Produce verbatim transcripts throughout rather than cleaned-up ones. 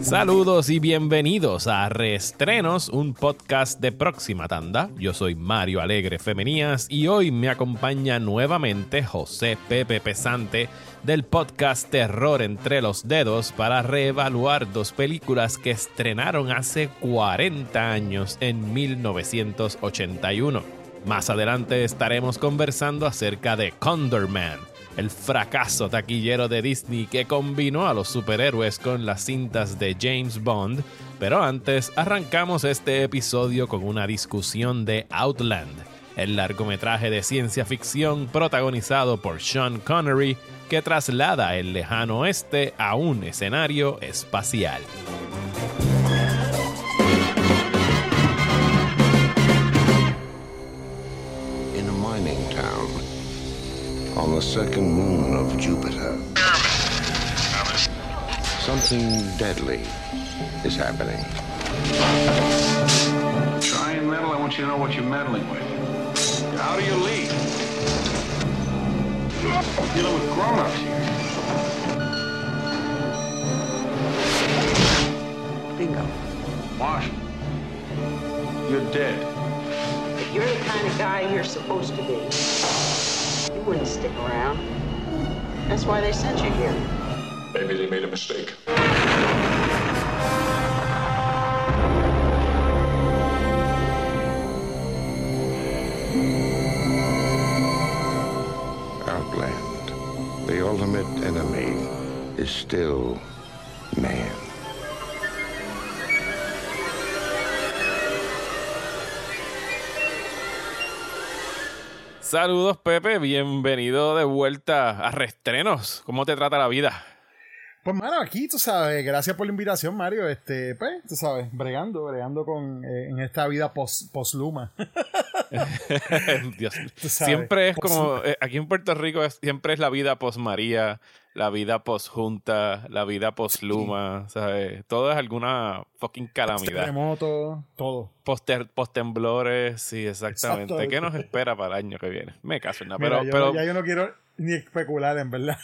Saludos y bienvenidos a Reestrenos, un podcast de Próxima Tanda. Yo soy Mario Alegre Femenías y hoy me acompaña nuevamente José Pepe Pesante del podcast Terror Entre los Dedos para reevaluar dos películas que estrenaron hace cuarenta años en mil novecientos ochenta y uno. Más adelante estaremos conversando acerca de Condorman, el fracaso taquillero de Disney que combinó a los superhéroes con las cintas de James Bond. Pero antes, arrancamos este episodio con una discusión de Outland, el largometraje de ciencia ficción protagonizado por Sean Connery que traslada el lejano oeste a un escenario espacial. In a mining town on the second moon of Jupiter, something deadly is happening. Try and meddle, I want you to know what you're meddling with. How do you lead? We're dealing with grown-ups here. Bingo. Marshall, you're dead. If you're the kind of guy you're supposed to be, you wouldn't stick around. That's why they sent you here. Maybe they made a mistake. Outland, the ultimate enemy, is still man. Saludos, Pepe, bienvenido de vuelta a Reestrenos. ¿Cómo te trata la vida? Pues, mano, aquí, tú sabes, gracias por la invitación, Mario. Este, pues, tú sabes, bregando, bregando con, eh, en esta vida post, post-Luma. Dios, siempre es como, eh, aquí en Puerto Rico es, siempre es la vida post-María, la vida post-Junta, la vida post-Luma, sí. ¿Sabes? Todo es alguna fucking calamidad. Terremoto, todo. Post-temblores, sí, exactamente. Exacto. ¿Qué nos espera para el año que viene? Me caso en nada, Mira, pero, yo, pero ya yo no quiero ni especular, en verdad.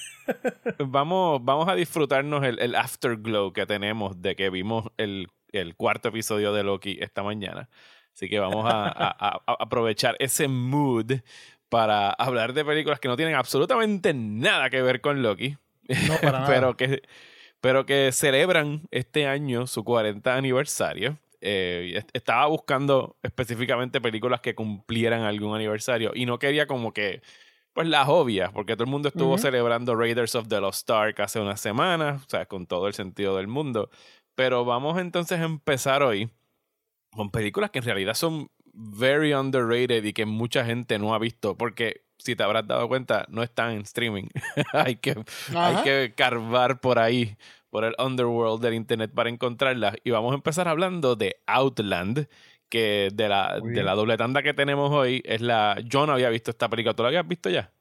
vamos, vamos a disfrutarnos el, el afterglow que tenemos de que vimos el, el cuarto episodio de Loki esta mañana. Así que vamos a, a, a aprovechar ese mood para hablar de películas que no tienen absolutamente nada que ver con Loki, No, para nada. pero, que, pero que celebran este año su cuarenta aniversario. Eh, estaba buscando específicamente películas que cumplieran algún aniversario y no quería como que pues las obvias, porque todo el mundo estuvo uh-huh. celebrando Raiders of the Lost Ark hace unas semanas, o sea, con todo el sentido del mundo. Pero vamos entonces a empezar hoy con películas que en realidad son very underrated y que mucha gente no ha visto, porque si te habrás dado cuenta, no están en streaming. hay, que, hay que carvar por ahí, por el underworld del internet para encontrarlas. Y vamos a empezar hablando de Outland, que de la, de la doble tanda que tenemos hoy es la... Yo no había visto esta película. ¿Tú la habías visto ya?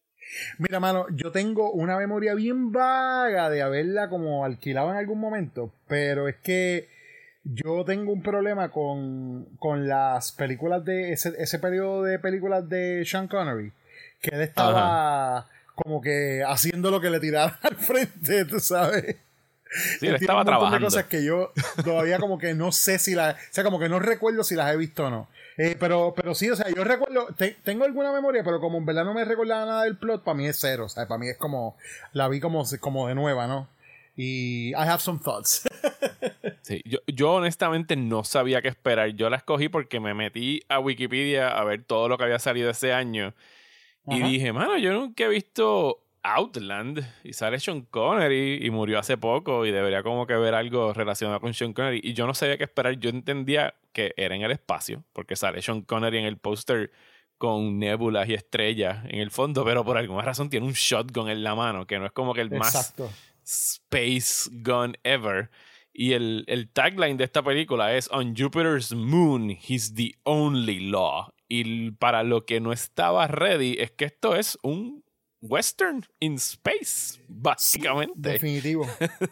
Mira, mano, yo tengo una memoria bien vaga de haberla como alquilado en algún momento, pero es que yo tengo un problema con, con las películas de ese, ese periodo de películas de Sean Connery, que él estaba Ajá. como que haciendo lo que le tiraba al frente, tú sabes. Sí, él estaba trabajando. De cosas que yo todavía como que no sé si las... O sea, como que no recuerdo si las he visto o no. Eh, pero, pero sí, o sea, yo recuerdo... Te, tengo alguna memoria, pero como en verdad no me recordaba nada del plot, para mí es cero. O sea, para mí es como... La vi como, como de nueva, ¿no? Y I have some thoughts. Sí, yo, yo honestamente no sabía qué esperar. Yo la escogí porque me metí a Wikipedia a ver todo lo que había salido ese año. Ajá. Y dije, mano, yo nunca he visto Outland y sale Sean Connery y murió hace poco y debería como que ver algo relacionado con Sean Connery y yo no sabía qué esperar. Yo entendía que era en el espacio porque sale Sean Connery en el póster con nébulas y estrellas en el fondo, pero por alguna razón tiene un shotgun en la mano que no es como que el Exacto. más space gun ever. Y el, el tagline de esta película es On Jupiter's moon, he's the only law. Y para lo que no estaba ready es que esto es un western in space, básicamente. Definitivo.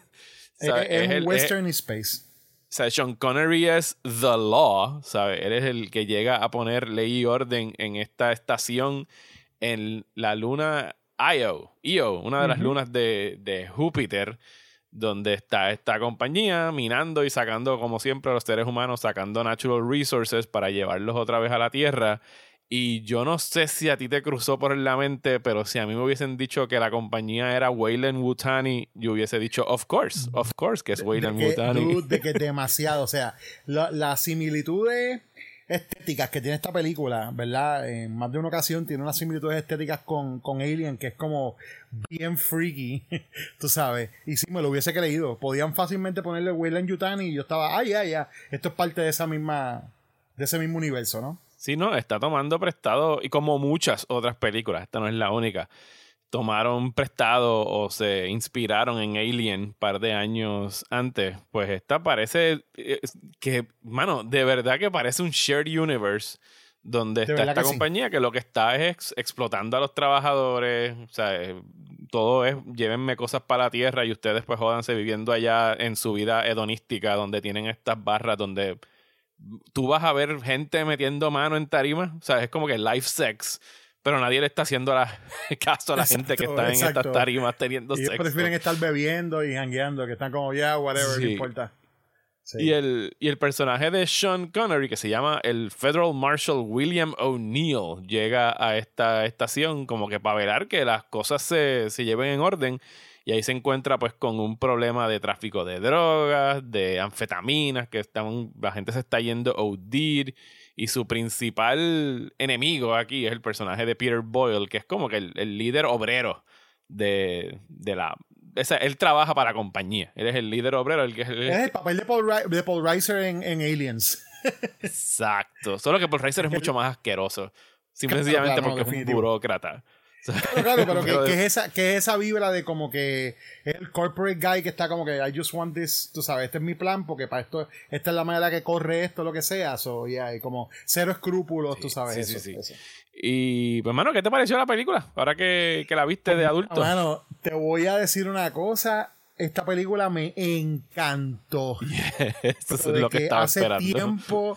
O sea, es, es, es un el, western es, in space. O sea, Sean Connery es the law, ¿sabes? Él es el que llega a poner ley y orden en esta estación en la luna Io, Io, una de las uh-huh. lunas de, de Júpiter. donde está esta compañía minando y sacando, como siempre, a los seres humanos, sacando natural resources para llevarlos otra vez a la Tierra. Y yo no sé si a ti te cruzó por la mente, pero si a mí me hubiesen dicho que la compañía era Weyland-Yutani, yo hubiese dicho, of course, of course que es Weyland-Yutani. De, de que es demasiado, o sea, la, las similitudes estéticas que tiene esta película, ¿verdad? En más de una ocasión tiene unas similitudes estéticas con, con Alien, que es como bien freaky, tú sabes. Y si me lo hubiese creído, podían fácilmente ponerle Weyland-Yutani y yo estaba, ah, ya, ya, esto es parte de esa misma, de ese mismo universo, ¿no? Sí, no, está tomando prestado, y como muchas otras películas, esta no es la única, tomaron prestado o se inspiraron en Alien un par de años antes. Pues esta parece que, mano, de verdad que parece un shared universe donde está esta compañía sí. que lo que está es ex- explotando a los trabajadores, o sea, eh, todo es, llévenme cosas para la tierra y ustedes pues jódanse viviendo allá en su vida hedonística donde tienen estas barras donde tú vas a ver gente metiendo mano en tarima, o sea, es como que live sex, pero nadie le está haciendo la, caso a la exacto, gente que está exacto. en estas tarimas teniendo y ellos sexo. Prefieren estar bebiendo y jangueando, que están como ya, yeah, whatever, sí. no importa. Sí. Y, el, y el personaje de Sean Connery, que se llama el Federal Marshal William O'Neill, llega a esta estación como que para velar que las cosas se, se lleven en orden. Y ahí se encuentra pues con un problema de tráfico de drogas, de anfetaminas, que están, la gente se está yendo O D. Y su principal enemigo aquí es el personaje de Peter Boyle, que es como que el, el líder obrero de, de la... Esa, él trabaja para la compañía. Él es el líder obrero. El que es, el, es el papel de Paul, de Paul Reiser en, en Aliens. Exacto. Solo que Paul Reiser es mucho más asqueroso. Simplemente claro, claro, porque no, es un burócrata. Claro, claro, pero que, que, es esa, que es esa vibra de como que el corporate guy que está como que I just want this, tú sabes, este es mi plan porque para esto, esta es la manera que corre esto, lo que sea, so, yeah, y como cero escrúpulos, sí, tú sabes. Sí, eso, sí, sí. Eso. Y pues, mano, ¿qué te pareció la película? Ahora que, que la viste de adulto. Mano, te voy a decir una cosa. Esta película me encantó. Yeah, eso es lo que, que estaba hace esperando. Tiempo,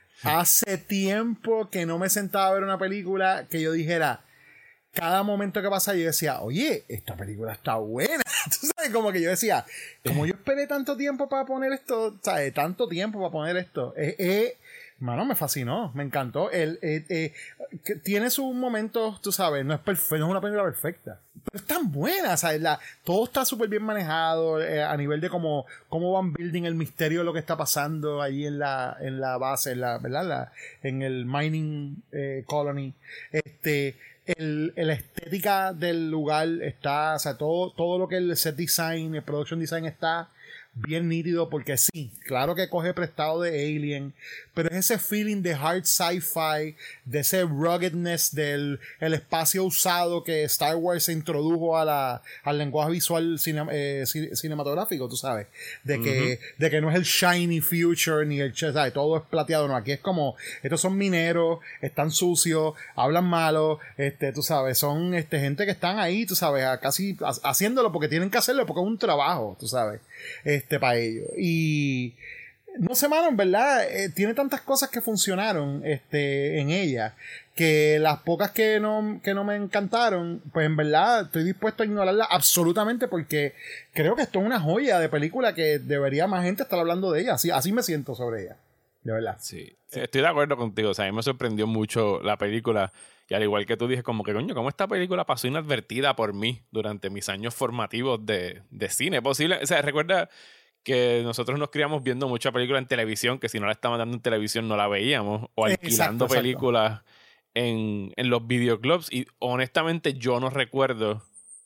hace tiempo que no me sentaba a ver una película que yo dijera, cada momento que pasa yo decía, oye, esta película está buena. Tú sabes, como que yo decía, como yo esperé tanto tiempo para poner esto, ¿sabes? Tanto tiempo para poner esto. Eh, eh, mano, me fascinó, me encantó. El, eh, eh, tiene sus momentos, tú sabes, no es perfecto, no es una película perfecta. Pero es tan buena, ¿sabes? La, todo está súper bien manejado eh, a nivel de cómo, cómo van building el misterio de lo que está pasando allí en la, en la base, en la, ¿verdad? La, en el mining eh, colony. Este... El, la estética del lugar está, o sea, todo, todo lo que es el set design, el production design está bien nítido porque sí, claro que coge prestado de Alien, pero es ese feeling de hard sci-fi, de ese ruggedness del el espacio usado que Star Wars introdujo a la, al lenguaje visual cine, eh, cinematográfico, tú sabes, de que, uh-huh. de que no es el shiny future ni el, ¿sabes? Todo es plateado, no, aquí es como, estos son mineros, están sucios, hablan malo, este, tú sabes, son este, gente que están ahí, tú sabes, casi haciéndolo porque tienen que hacerlo, porque es un trabajo, tú sabes. Este, para ellos. Y no sé, mano, en verdad, eh, tiene tantas cosas que funcionaron este, en ella, que las pocas que no, que no me encantaron, pues en verdad estoy dispuesto a ignorarlas absolutamente porque creo que esto es una joya de película que debería más gente estar hablando de ella. Así, así me siento sobre ella, de verdad. Sí, sí, estoy de acuerdo contigo. O sea, a mí me sorprendió mucho la película. Y al igual que tú dije, como que, coño, ¿cómo esta película pasó inadvertida por mí durante mis años formativos de, de cine? Posible, o sea, recuerda que nosotros nos criamos viendo mucha película en televisión, que si no la estaban dando en televisión no la veíamos, o alquilando exacto, películas exacto. En, en los videoclubs. Y honestamente yo no recuerdo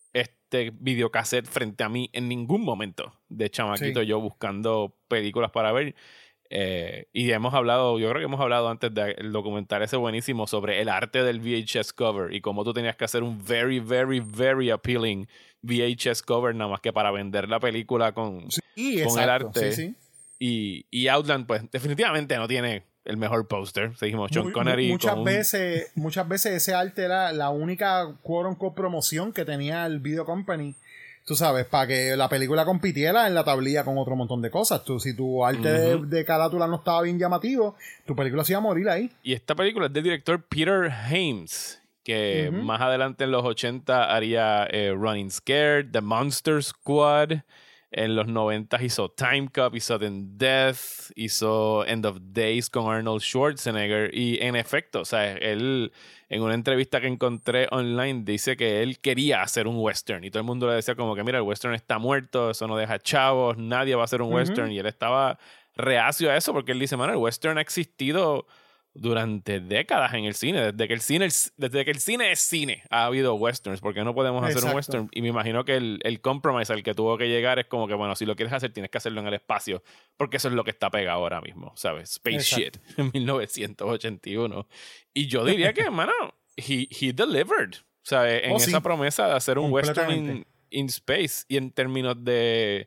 este videocassette frente a mí en ningún momento de chamaquito, sí. Yo buscando películas para ver. Eh, y hemos hablado, yo creo que hemos hablado antes del documental ese buenísimo sobre el arte del V H S cover y cómo tú tenías que hacer un very, very, very appealing V H S cover nada más que para vender la película con, sí, con exacto, el arte. Sí, sí. Y, y Outland, pues, definitivamente no tiene el mejor póster. Seguimos Sean Muy, Connery. Muchas con veces, un... muchas veces ese arte era la única quote unquote promoción que tenía el Video Company. Tú sabes, para que la película compitiera en la tablilla con otro montón de cosas. Tú, si tu arte uh-huh. de, de carátula no estaba bien llamativo, tu película se iba a morir ahí. Y esta película es del director Peter Hames, que uh-huh. más adelante en los ochenta haría eh, Running Scared, The Monster Squad, En los noventa hizo Time Cop, hizo Sudden Death, hizo End of Days con Arnold Schwarzenegger. Y en efecto, o sea, él en una entrevista que encontré online dice que él quería hacer un western. Y todo el mundo le decía como que mira, el western está muerto, eso no deja chavos, nadie va a hacer un uh-huh. western. Y él estaba reacio a eso porque él dice, mano, el western ha existido durante décadas en el cine. Desde que el cine, desde que el cine es cine, ha habido westerns. ¿Por qué no podemos hacer Exacto. un western? Y me imagino que el, el compromise al que tuvo que llegar es como que, bueno, si lo quieres hacer, tienes que hacerlo en el espacio. Porque eso es lo que está pegado ahora mismo, ¿sabes? Space Exacto. Shit en mil novecientos ochenta y uno. Y yo diría que, mano, he, he delivered. ¿Sabes? En oh, esa sí. promesa de hacer un western in, in space. Y en términos de...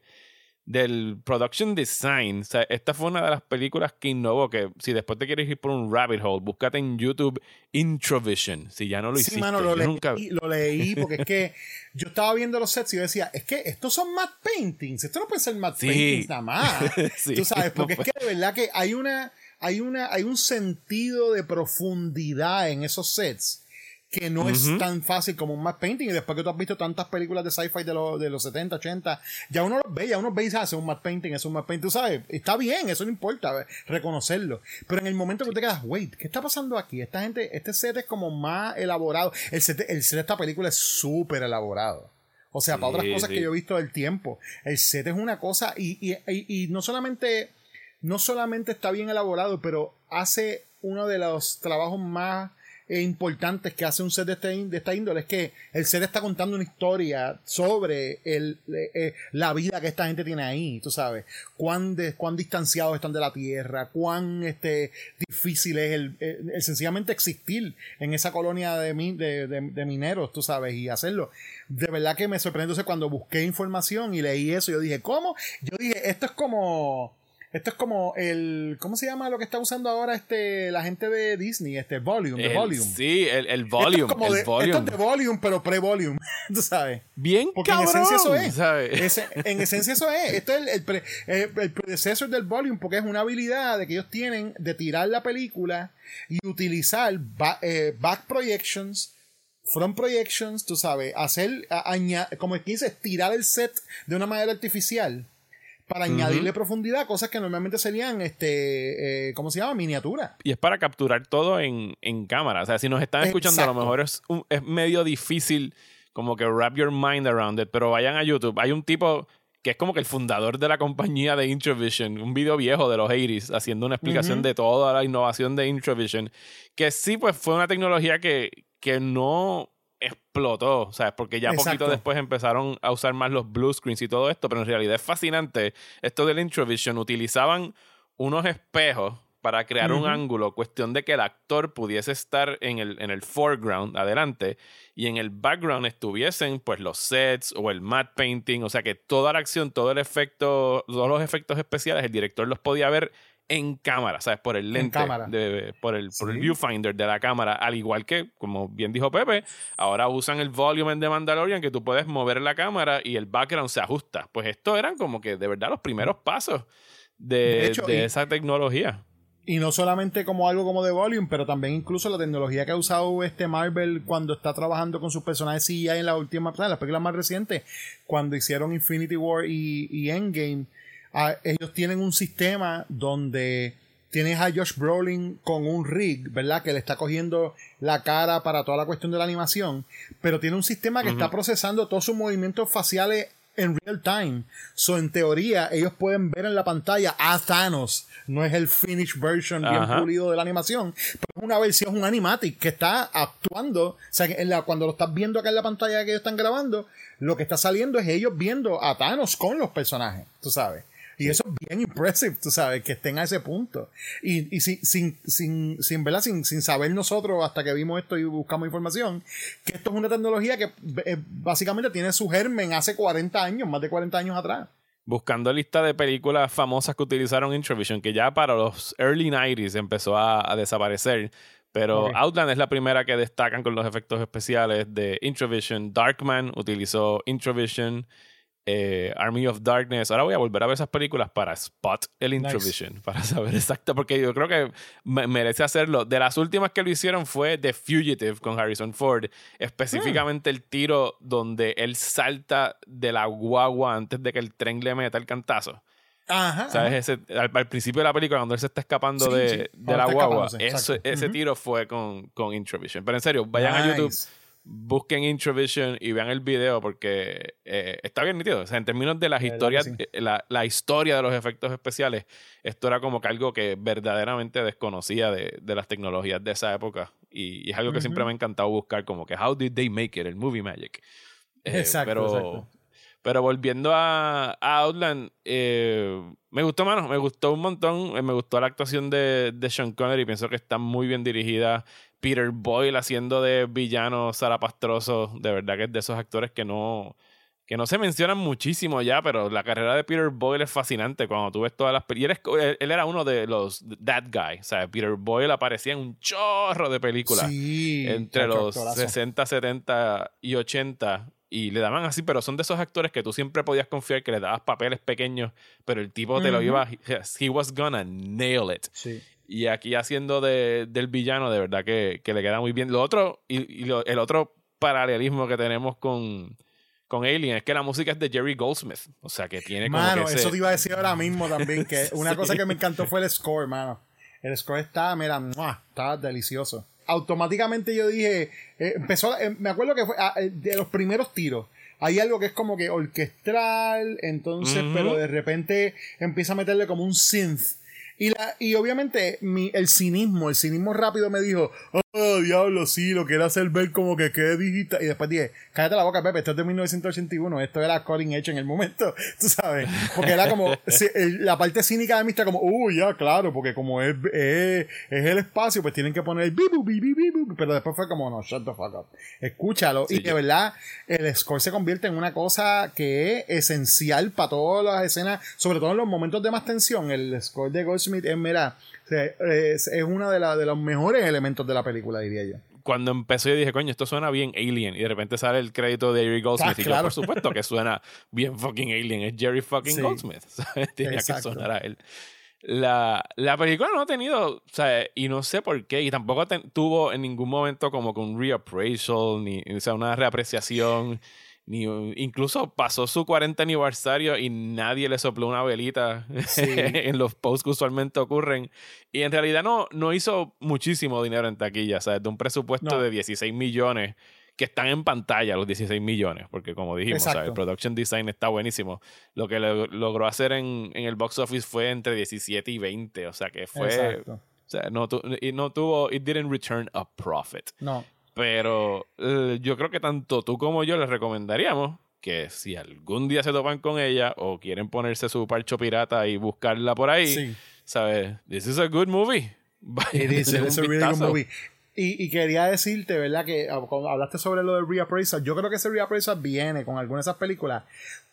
del production design, o sea, esta fue una de las películas que innovó, que si después te quieres ir por un rabbit hole, búscate en YouTube Introvision, si ya no lo sí, hiciste. Mano, lo, yo leí, nunca... lo leí porque es que yo estaba viendo los sets y yo decía, es que estos son matte paintings, esto no puede ser matte sí. paintings nada más, sí, tú sabes, porque no es que de verdad que hay una, hay una, hay un sentido de profundidad en esos sets que no uh-huh. es tan fácil como un matte painting. Y después que tú has visto tantas películas de sci-fi de, lo, de los setenta, ochenta, ya uno los ve, ya uno ve y dice, hace un matte painting, es un matte painting, tú sabes, está bien, eso no importa, reconocerlo. Pero en el momento que tú te quedas, wait, ¿qué está pasando aquí? Esta gente, este set es como más elaborado. El set, el set de esta película es súper elaborado. O sea, sí, para otras cosas sí. que yo he visto del tiempo, el set es una cosa, y, y, y, y no solamente, no solamente está bien elaborado, pero hace uno de los trabajos más E importantes que hace un set de, este, de esta índole es que el set está contando una historia sobre el, eh, la vida que esta gente tiene ahí, tú sabes, cuán, de, cuán distanciados están de la tierra, cuán este, difícil es el, el, el sencillamente existir en esa colonia de, de, de, de mineros, tú sabes, y hacerlo. De verdad que me sorprendió. Entonces, cuando busqué información y leí eso, yo dije, ¿cómo? Yo dije, esto es como... Esto es como el... ¿Cómo se llama lo que está usando ahora este la gente de Disney? Este Volume, el, de Volume. Sí, el, el Volume. Esto es, como el de, volume. Esto es de Volume, pero pre-Volume. ¿Tú sabes? Bien Porque cabrón, en esencia eso es. ¿sabes? Ese, en esencia eso es. Esto es el, el, pre, el, el predecesor del Volume, porque es una habilidad de que ellos tienen de tirar la película y utilizar ba, eh, back projections, front projections, tú sabes, hacer, añadir, como es que dice, tirar el set de una manera artificial para añadirle uh-huh. profundidad a cosas que normalmente serían, este, eh, ¿cómo se llama? Miniatura. Y es para capturar todo en, en cámara. O sea, si nos están escuchando, Exacto. a lo mejor es, un, es medio difícil como que wrap your mind around it, pero vayan a YouTube. Hay un tipo que es como que el fundador de la compañía de Introvision, un video viejo de los ochenta, haciendo una explicación uh-huh. de toda la innovación de Introvision, que sí, pues fue una tecnología que, que no explotó, ¿sabes? Porque ya Exacto. poquito después empezaron a usar más los blue screens y todo esto, pero en realidad es fascinante. Esto del Introvision, utilizaban unos espejos para crear uh-huh. un ángulo, cuestión de que el actor pudiese estar en el, en el foreground, adelante, y en el background estuviesen pues los sets o el matte painting, o sea que toda la acción, todo el efecto, todos los efectos especiales, el director los podía ver en cámara, ¿sabes? Por el lente, de, por, el, por sí. el viewfinder de la cámara, al igual que, como bien dijo Pepe, ahora usan el volumen de Mandalorian, que tú puedes mover la cámara y el background se ajusta. Pues esto eran como que de verdad los primeros pasos de, de, hecho, de y, esa tecnología. Y no solamente como algo como de volume, pero también incluso la tecnología que ha usado este Marvel cuando está trabajando con sus personajes C G I en la última, en las películas más recientes, cuando hicieron Infinity War y, y Endgame. Uh, ellos tienen un sistema donde tienes a Josh Brolin con un rig, ¿verdad? Que le está cogiendo la cara para toda la cuestión de la animación, pero tiene un sistema que uh-huh. está procesando todos sus movimientos faciales en real time. So, en teoría, ellos pueden ver en la pantalla a Thanos. No es el finished version bien uh-huh. pulido de la animación, pero es una versión, un animatic que está actuando. O sea, que en la, cuando lo estás viendo acá en la pantalla que ellos están grabando, lo que está saliendo es ellos viendo a Thanos con los personajes, tú sabes. Y eso es bien impressive, tú sabes, que estén a ese punto. Y, y sin, sin, sin, sin, ¿verdad? Sin, sin saber nosotros, hasta que vimos esto y buscamos información, que esto es una tecnología que eh, básicamente tiene su germen hace cuarenta años, más de cuarenta años atrás. Buscando lista de películas famosas que utilizaron Introvision, que ya para los early nineties empezó a, a desaparecer. Pero okay. Outland es la primera que destacan con los efectos especiales de Introvision. Darkman utilizó Introvision. eh, Army of Darkness. Ahora voy a volver a ver esas películas para spot el Introvision, nice. Para saber exacto, porque yo creo que me merece hacerlo. De las últimas que lo hicieron fue The Fugitive con Harrison Ford, específicamente mm. el tiro donde él salta de la guagua antes de que el tren le meta el cantazo. Ajá, ¿Sabes? ajá. Ese, al, al principio de la película, cuando él se está escapando sí, de, sí. de la guagua, eso, ese uh-huh. tiro fue con, con Introvision. Pero en serio, vayan nice. a YouTube, busquen Introvision y vean el video porque eh, está bien nítido. O sea, en términos de las historias, sí. la, la historia de los efectos especiales, esto era como que algo que verdaderamente desconocía de, de las tecnologías de esa época. Y, y es algo que uh-huh. siempre me ha encantado buscar, como que how did they make it, el movie magic. Eh, exacto, pero, exacto. Pero volviendo a, a Outland, eh, me gustó, mano, me gustó un montón. Eh, me gustó la actuación de, de Sean Connery. Pienso que está muy bien dirigida. Peter Boyle haciendo de villano zarapastroso. De verdad que es de esos actores que no, que no se mencionan muchísimo ya, pero la carrera de Peter Boyle es fascinante. Cuando tú ves todas las películas. Él, él era uno de los That Guy. O sea, Peter Boyle aparecía en un chorro de películas. Sí, entre los sesenta, setenta y ochenta. Y le daban así, pero son de esos actores que tú siempre podías confiar que le dabas papeles pequeños, pero el tipo te uh-huh. lo iba... He was gonna nail it. Sí. Y aquí haciendo de, del villano, de verdad que, que le queda muy bien. Lo otro, y, y lo, el otro paralelismo que tenemos con, con Alien es que la música es de Jerry Goldsmith. O sea, que tiene como mano, que ese... eso te iba a decir ahora mismo también, que una sí. cosa que me encantó fue el score, mano. El score está, mira, ¡mua! Está delicioso. Automáticamente yo dije, eh, empezó, eh, me acuerdo que fue ah, de los primeros tiros. Hay algo que es como que orquestral, entonces, uh-huh. pero de repente empieza a meterle como un synth. Y, la, y obviamente mi, el cinismo, el cinismo rápido me dijo, oh, diablo, sí, lo quiero hacer ver como que quede digital. Y después dije, cállate la boca, Pepe, esto es de mil novecientos ochenta y uno, esto era cutting edge en el momento, tú sabes. Porque era como, la parte cínica de mí está como, uy, uh, ya, claro, porque como es, es, es el espacio, pues tienen que poner bibu, bibu, bibu. Pero después fue como, no, shut the fuck up. Escúchalo. Sí, y de yo. verdad, el score se convierte en una cosa que es esencial para todas las escenas, sobre todo en los momentos de más tensión. El score de Goldsmith es, mira, es, es uno de, la, de los mejores elementos de la película, diría yo. Cuando empezó yo dije, coño, esto suena bien Alien, y de repente sale el crédito de Jerry Goldsmith, ah, y claro. yo, por supuesto que suena bien fucking Alien, es Jerry fucking sí. Goldsmith, ¿sabes? Tenía Exacto. que sonar a él. La, la película no ha tenido, o sea, y no sé por qué, y tampoco te, tuvo en ningún momento como que un reappraisal, ni, o sea, una reapreciación, ni incluso pasó su cuarenta aniversario y nadie le sopló una velita sí. en los posts que usualmente ocurren, y en realidad no, no hizo muchísimo dinero en taquilla, o sea, de un presupuesto no. de dieciséis millones que están en pantalla, los dieciséis millones, porque como dijimos, o sea, el production design está buenísimo. Lo que lo, logró hacer en, en el box office fue entre diecisiete y veinte, o sea que fue Exacto. o sea, no, tu, no tuvo, it didn't return a profit. No. Pero eh, yo creo que tanto tú como yo les recomendaríamos que si algún día se topan con ella o quieren ponerse su parcho pirata y buscarla por ahí, sí. ¿sabes? This is a good movie. It is, it is a really good movie. Y, y quería decirte, ¿verdad? Que cuando hablaste sobre lo del reappraisal, yo creo que ese reappraisal viene con algunas de esas películas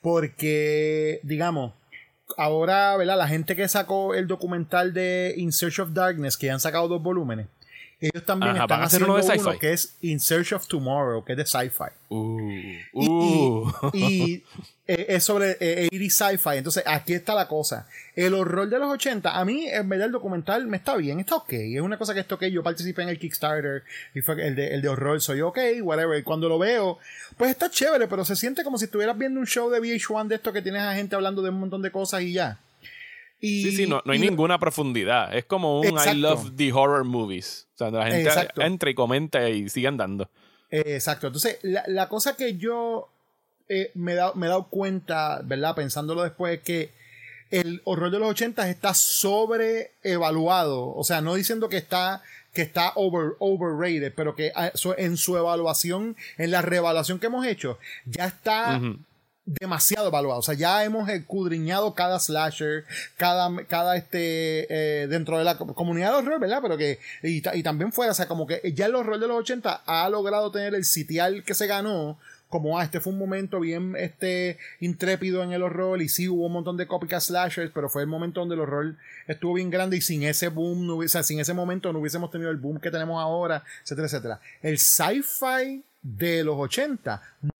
porque, digamos, ahora, ¿verdad? La gente que sacó el documental de In Search of Darkness, que han sacado dos volúmenes, ellos también Ajá, están haciendo uno, de uno que es In Search of Tomorrow, que es de sci-fi. Uh, uh. Y, y, y eh, es sobre eh, ochenta sci-fi. Entonces, aquí está la cosa. El horror de los ochenta, a mí, en verdad, el documental me está bien, está ok. Es una cosa que está ok. Yo participé en el Kickstarter y fue el de, el de horror, soy ok, whatever. Y cuando lo veo, pues está chévere, pero se siente como si estuvieras viendo un show de V H uno de esto que tienes a gente hablando de un montón de cosas y ya. Y, sí, sí, no, no hay y, ninguna profundidad. Es como un exacto. I love the horror movies. O sea, la gente exacto. entra y comenta y sigue andando. Exacto. Entonces, la, la cosa que yo eh, me, da, me he dado cuenta, ¿verdad? Pensándolo después, es que el horror de los ochenta está sobreevaluado. O sea, no diciendo que está, que está over, overrated, pero que en su evaluación, en la reevaluación que hemos hecho, ya está... Uh-huh. demasiado evaluado, o sea, ya hemos escudriñado cada slasher, cada, cada este eh, dentro de la comunidad de horror, ¿verdad? Pero que, y, y también fuera, o sea, como que ya el horror de los ochenta ha logrado tener el sitial que se ganó, como, ah, este fue un momento bien este intrépido en el horror, y sí hubo un montón de copycat slashers, pero fue el momento donde el horror estuvo bien grande, y sin ese boom, no hubiese, o sea, sin ese momento no hubiésemos tenido el boom que tenemos ahora, etcétera, etcétera. El sci-fi de los ochenta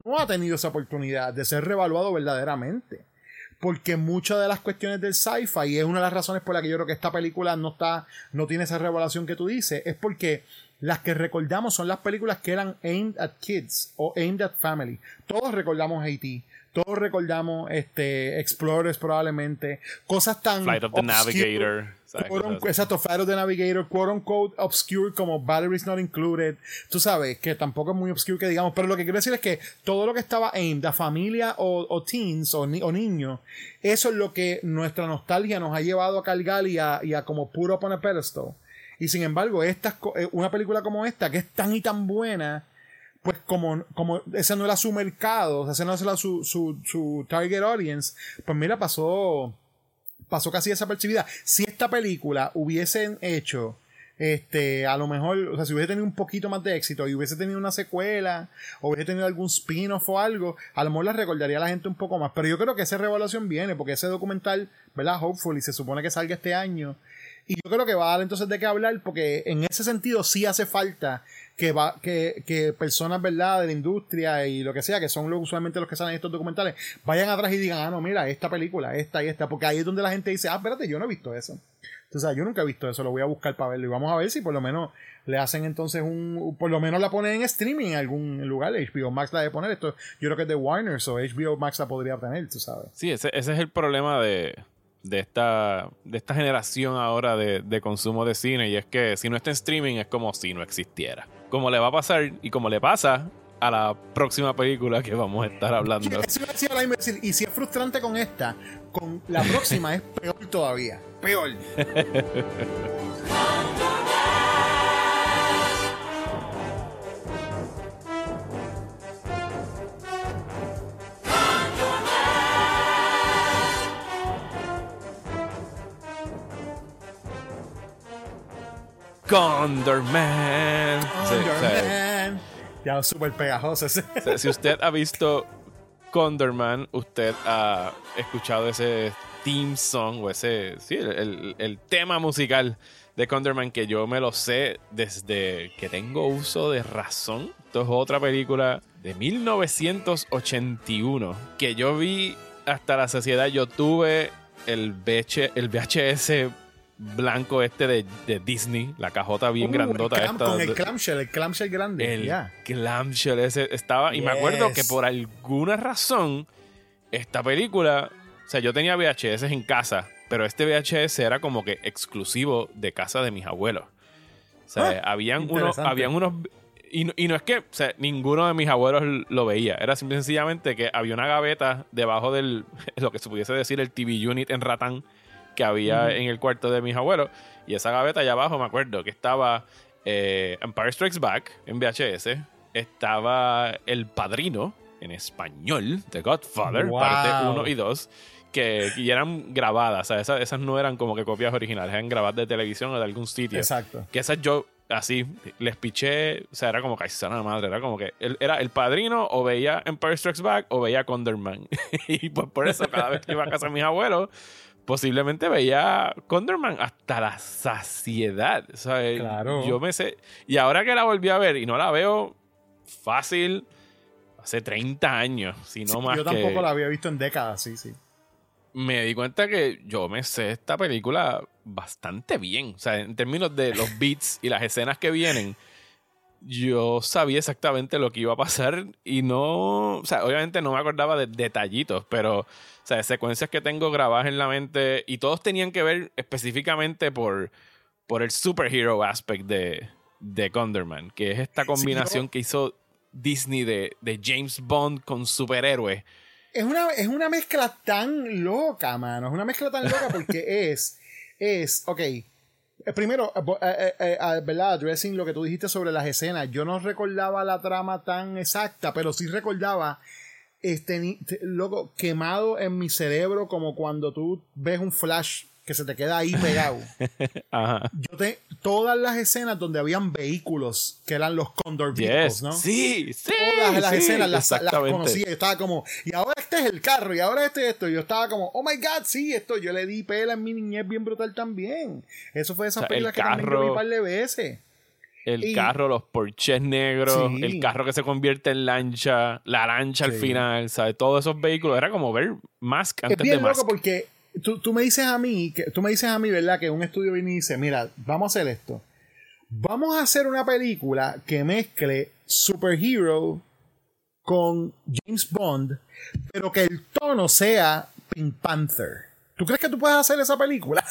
no ha tenido esa oportunidad de ser reevaluado verdaderamente. Porque muchas de las cuestiones del sci-fi, y es una de las razones por las que yo creo que esta película no está, no tiene esa revelación que tú dices, es porque las que recordamos son las películas que eran aimed at kids o aimed at family. Todos recordamos A T, todos recordamos este, Explorers probablemente, cosas tan Flight of the obscure, Navigator. quote unquote, exacto, Flight of the Navigator, quote unquote, obscure como Batteries Not Included. Tú sabes que tampoco es muy obscure que digamos, pero lo que quiero decir es que todo lo que estaba aimed a familia o, o teens o, ni, o niños, eso es lo que nuestra nostalgia nos ha llevado a cargar y a, y a como put up on a pedestal. Y sin embargo, esta, una película como esta, que es tan y tan buena, pues como, como ese no era su mercado, o sea, ese no era su, su, su target audience, pues mira, pasó, pasó casi desapercibida. Si esta película hubiesen hecho, este, a lo mejor, o sea, si hubiese tenido un poquito más de éxito y hubiese tenido una secuela, o hubiese tenido algún spin-off o algo, a lo mejor la recordaría a la gente un poco más. Pero yo creo que esa revaluación viene, porque ese documental, ¿verdad? Hopefully, se supone que salga este año. Y yo creo que va a dar entonces de qué hablar, porque en ese sentido sí hace falta que, va, que, que personas, ¿verdad?, de la industria y lo que sea, que son los, usualmente los que salen en estos documentales, vayan atrás y digan, ah, no, mira, esta película, esta y esta, porque ahí es donde la gente dice, ah, espérate, yo no he visto eso. Entonces, yo nunca he visto eso, lo voy a buscar para verlo y vamos a ver si por lo menos le hacen entonces un, por lo menos la ponen en streaming en algún lugar. H B O Max la debe poner, esto yo creo que es de Warner, o H B O Max la podría tener, tú sabes. Sí, ese, ese es el problema de... de esta de esta generación ahora de, de consumo de cine, y es que si no está en streaming es como si no existiera, como le va a pasar y como le pasa a la próxima película que vamos a estar hablando. Sí, eso iba a decir, y si es frustrante con esta, con la próxima es peor todavía, peor. Condorman. Condorman. Sí, ya súper pegajoso ese. O sea, si usted ha visto Condorman, usted ha escuchado ese theme song o ese, sí, el, el, el tema musical de Condorman, que yo me lo sé desde que tengo uso de razón. Esto es otra película de mil novecientos ochenta y uno que yo vi hasta la saciedad. Yo tuve el V H, el V H S blanco este de, de Disney, la cajota bien uh, grandota el clam, esta. Con el clamshell, el clamshell grande. El yeah. clamshell ese estaba. Y yes. me acuerdo que por alguna razón, esta película, o sea, yo tenía V H S en casa, pero este V H S era como que exclusivo de casa de mis abuelos. O sea, ah, habían, unos, habían unos. Y no, y no es que, o sea, ninguno de mis abuelos lo veía. Era simple y sencillamente que había una gaveta debajo del, lo que se pudiese decir, el T V unit en ratán que había uh-huh. en el cuarto de mis abuelos. Y esa gaveta allá abajo, me acuerdo que estaba eh, Empire Strikes Back en V H S. Estaba El Padrino en español, The Godfather, wow. parte uno y dos, que y eran grabadas. O sea, esas, esas no eran como que copias originales, eran grabadas de televisión o de algún sitio. Exacto. Que esas yo, así, les piché. O sea, era como que, ay, sana madre, era como que el, era El Padrino, o veía Empire Strikes Back, o veía Condorman. Y pues por eso, cada vez que iba a casa de mis abuelos, posiblemente veía Condorman hasta la saciedad. O sea, claro. Yo me sé. Y ahora que la volví a ver, y no la veo fácil, hace treinta años, si no sí, más. Yo que tampoco la había visto en décadas, sí, sí. Me di cuenta que yo me sé esta película bastante bien. O sea, en términos de los beats y las escenas que vienen, yo sabía exactamente lo que iba a pasar y no... O sea, obviamente no me acordaba de detallitos, pero... O sea, de secuencias que tengo grabadas en la mente, y todos tenían que ver específicamente por, por el superhero aspect de, de Condorman, que es esta combinación sí, yo... que hizo Disney de, de James Bond con superhéroes. Es una, es una mezcla tan loca, mano. Es una mezcla tan loca porque es, es, ok, primero, eh, eh, eh, ¿verdad? Addressing lo que tú dijiste sobre las escenas. Yo no recordaba la trama tan exacta, pero sí recordaba este, loco, quemado en mi cerebro, como cuando tú ves un flash que se te queda ahí pegado. Ajá. Yo te, todas las escenas donde habían vehículos que eran los Condor vehicles, yes. ¿no? Sí, sí. Todas las sí, escenas las, las conocía. Yo estaba como, y ahora este es el carro, y ahora este es esto. Y yo estaba como, oh my god, sí, esto. Yo le di pela en mi niñez bien brutal también. Eso fue de esas o sea, películas que carro... también yo vi un par de veces. El y, carro, los Porsches negros, sí. el carro que se convierte en lancha, la lancha sí. al final, ¿sabes? Todos esos vehículos. Era como ver Mask antes es bien de Mask. loco porque tú, tú me dices a mí, que, tú me dices a mí, ¿verdad? Que un estudio viene y dice, mira, vamos a hacer esto. Vamos a hacer una película que mezcle superhero con James Bond, pero que el tono sea Pink Panther. ¿Tú crees que tú puedes hacer esa película?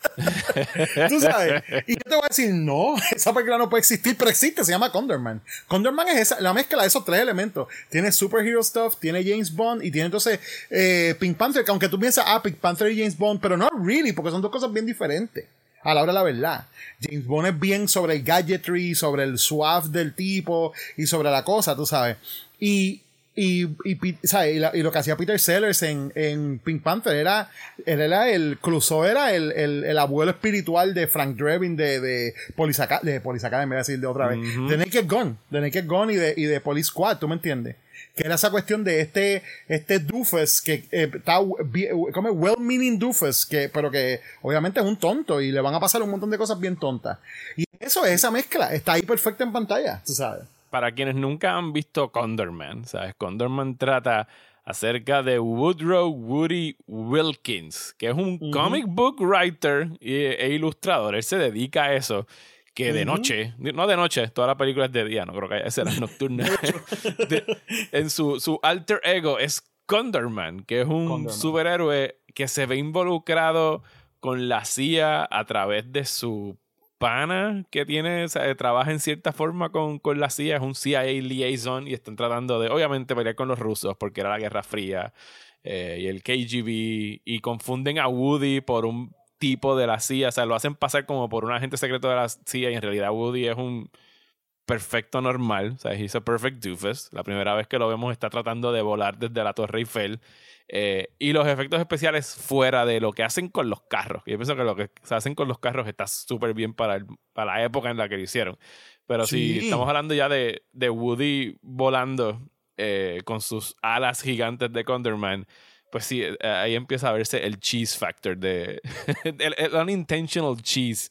Tú sabes. Y yo te voy a decir, no, esa película no puede existir, pero existe, se llama Condorman. Condorman es esa, la mezcla de esos tres elementos. Tiene superhero stuff, tiene James Bond y tiene entonces eh, Pink Panther, que aunque tú piensas, ah, Pink Panther y James Bond, pero no really, porque son dos cosas bien diferentes. A la hora de la verdad. James Bond es bien sobre el gadgetry, sobre el suave del tipo y sobre la cosa, tú sabes. Y Y, y, ¿sabes? Y, la, y lo que hacía Peter Sellers en, en Pink Panther era, era el Clouseau era el, el, el abuelo espiritual de Frank Drebin de, de Police Academy, de Police Academy, me voy a decir de otra vez, uh-huh. de Naked Gun, de Naked Gun y de, y de Police Squad, ¿tú me entiendes? Que era esa cuestión de este, este doofus que eh, está como well-meaning doofus, que, pero que obviamente es un tonto y le van a pasar un montón de cosas bien tontas. Y eso es esa mezcla, está ahí perfecta en pantalla, tú sabes. Para quienes nunca han visto Condorman, ¿sabes? Condorman trata acerca de Woodrow Woody Wilkins, que es un uh-huh. comic book writer e, e ilustrador. Él se dedica a eso, que uh-huh. de noche, no de noche, toda la película es de día, no creo que haya escenas nocturnas. de, en su, su alter ego es Condorman, que es un Condorman. superhéroe que se ve involucrado con la C I A a través de su pana que tiene, o sea, trabaja en cierta forma con, con la C I A, es un C I A liaison y están tratando de, obviamente, pelear con los rusos porque era la Guerra Fría eh, y el K G B, y confunden a Woody por un tipo de la C I A, o sea, lo hacen pasar como por un agente secreto de la C I A y en realidad Woody es un perfecto normal, o sea, he's a perfect doofus. La primera vez que lo vemos está tratando de volar desde la Torre Eiffel. Eh, y los efectos especiales fuera de lo que hacen con los carros. Yo pienso que lo que se hacen con los carros está súper bien para, el, para la época en la que lo hicieron. Pero sí. si estamos hablando ya de, de Woody volando eh, con sus alas gigantes de Condorman, pues sí, eh, ahí empieza a verse el cheese factor, de el, el unintentional cheese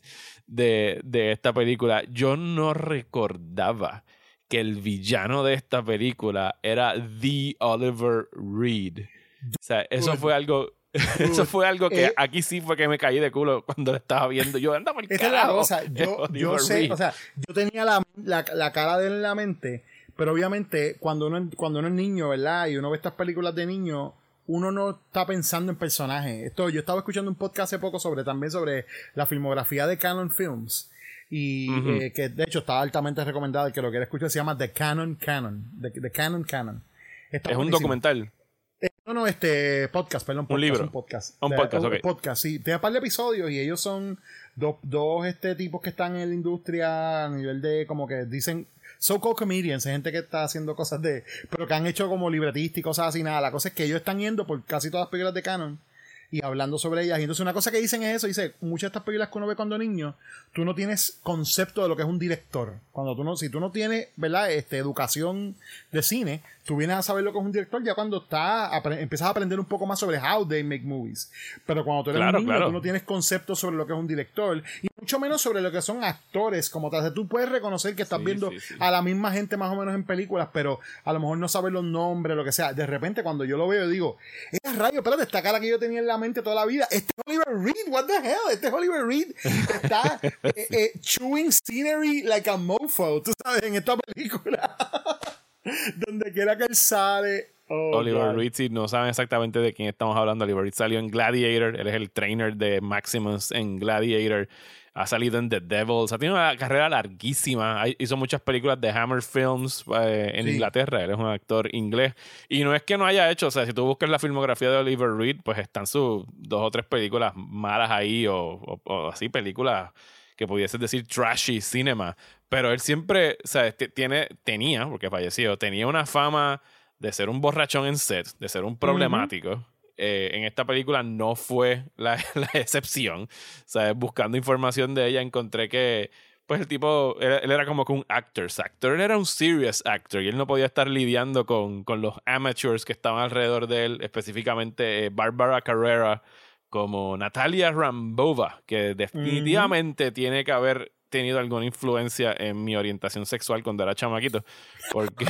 de, de esta película. Yo no recordaba que el villano de esta película era The Oliver Reed. O sea, eso fue algo eso fue algo que eh, aquí sí fue que me caí de culo cuando lo estaba viendo. Yo, anda por el carajo. Es la cosa, yo, yo sé, Reed. O sea, yo tenía la, la, la cara de él en la mente, pero obviamente cuando uno, cuando uno es niño, ¿verdad? Y uno ve estas películas de niño, uno no está pensando en personajes. Esto, yo estaba escuchando un podcast hace poco sobre también sobre la filmografía de Canon Films. Y uh-huh. eh, que de hecho está altamente recomendado. El que lo quiera escuchar se llama The Canon Canon. The, The Canon Canon. Está es buenísimo. Un documental. Eh, no, no, este podcast, perdón. Podcast, un libro. Un podcast. Un podcast, ok. Un podcast, sí. Tiene un par de episodios y ellos son dos, dos este, tipos que están en la industria a nivel de, como que dicen, so-called comedians, gente que está haciendo cosas de, pero que han hecho como libretistas y cosas así, nada. La cosa es que ellos están yendo por casi todas las películas de Canon y hablando sobre ellas. Y entonces una cosa que dicen es eso, dice, muchas de estas películas que uno ve cuando niño, tú no tienes concepto de lo que es un director. Cuando tú no, si tú no tienes, ¿verdad? Este, educación de cine, tú vienes a saber lo que es un director ya cuando está, empiezas a aprender un poco más sobre how they make movies. Pero cuando tú eres claro, un niño, claro. tú no tienes concepto sobre lo que es un director y mucho menos sobre lo que son actores como tal. Tú puedes reconocer que estás sí, viendo sí, sí. a la misma gente más o menos en películas, pero a lo mejor no sabes los nombres, lo que sea. De repente cuando yo lo veo digo, es rayo, espérate, esta cara que yo tenía en la mente toda la vida, este es Oliver Reed, what the hell, este es Oliver Reed, está eh, eh, chewing scenery like a mofo, tú sabes, en esta película. Donde quiera que él sale. Oh, Oliver God. Reed, si no saben exactamente de quién estamos hablando, Oliver Reed salió en Gladiator, él es el trainer de Maximus en Gladiator, ha salido en The Devil, o sea, tiene una carrera larguísima, hizo muchas películas de Hammer Films eh, en sí. Inglaterra, él es un actor inglés, y no es que no haya hecho, o sea, si tú buscas la filmografía de Oliver Reed, pues están sus dos o tres películas malas ahí, o, o, o así, películas que pudieses decir trashy cinema, pero él siempre, o sea, tiene, tenía, porque falleció, tenía una fama de ser un borrachón en set, de ser un problemático. Uh-huh. Eh, en esta película no fue la, la excepción. O sea, buscando información de ella encontré que pues el tipo, él, él era como que un actor's actor, él era un serious actor y él no podía estar lidiando con, con los amateurs que estaban alrededor de él, específicamente eh, Barbara Carrera como Natalia Rambova, que definitivamente uh-huh. tiene que haber tenido alguna influencia en mi orientación sexual cuando era chamaquito, porque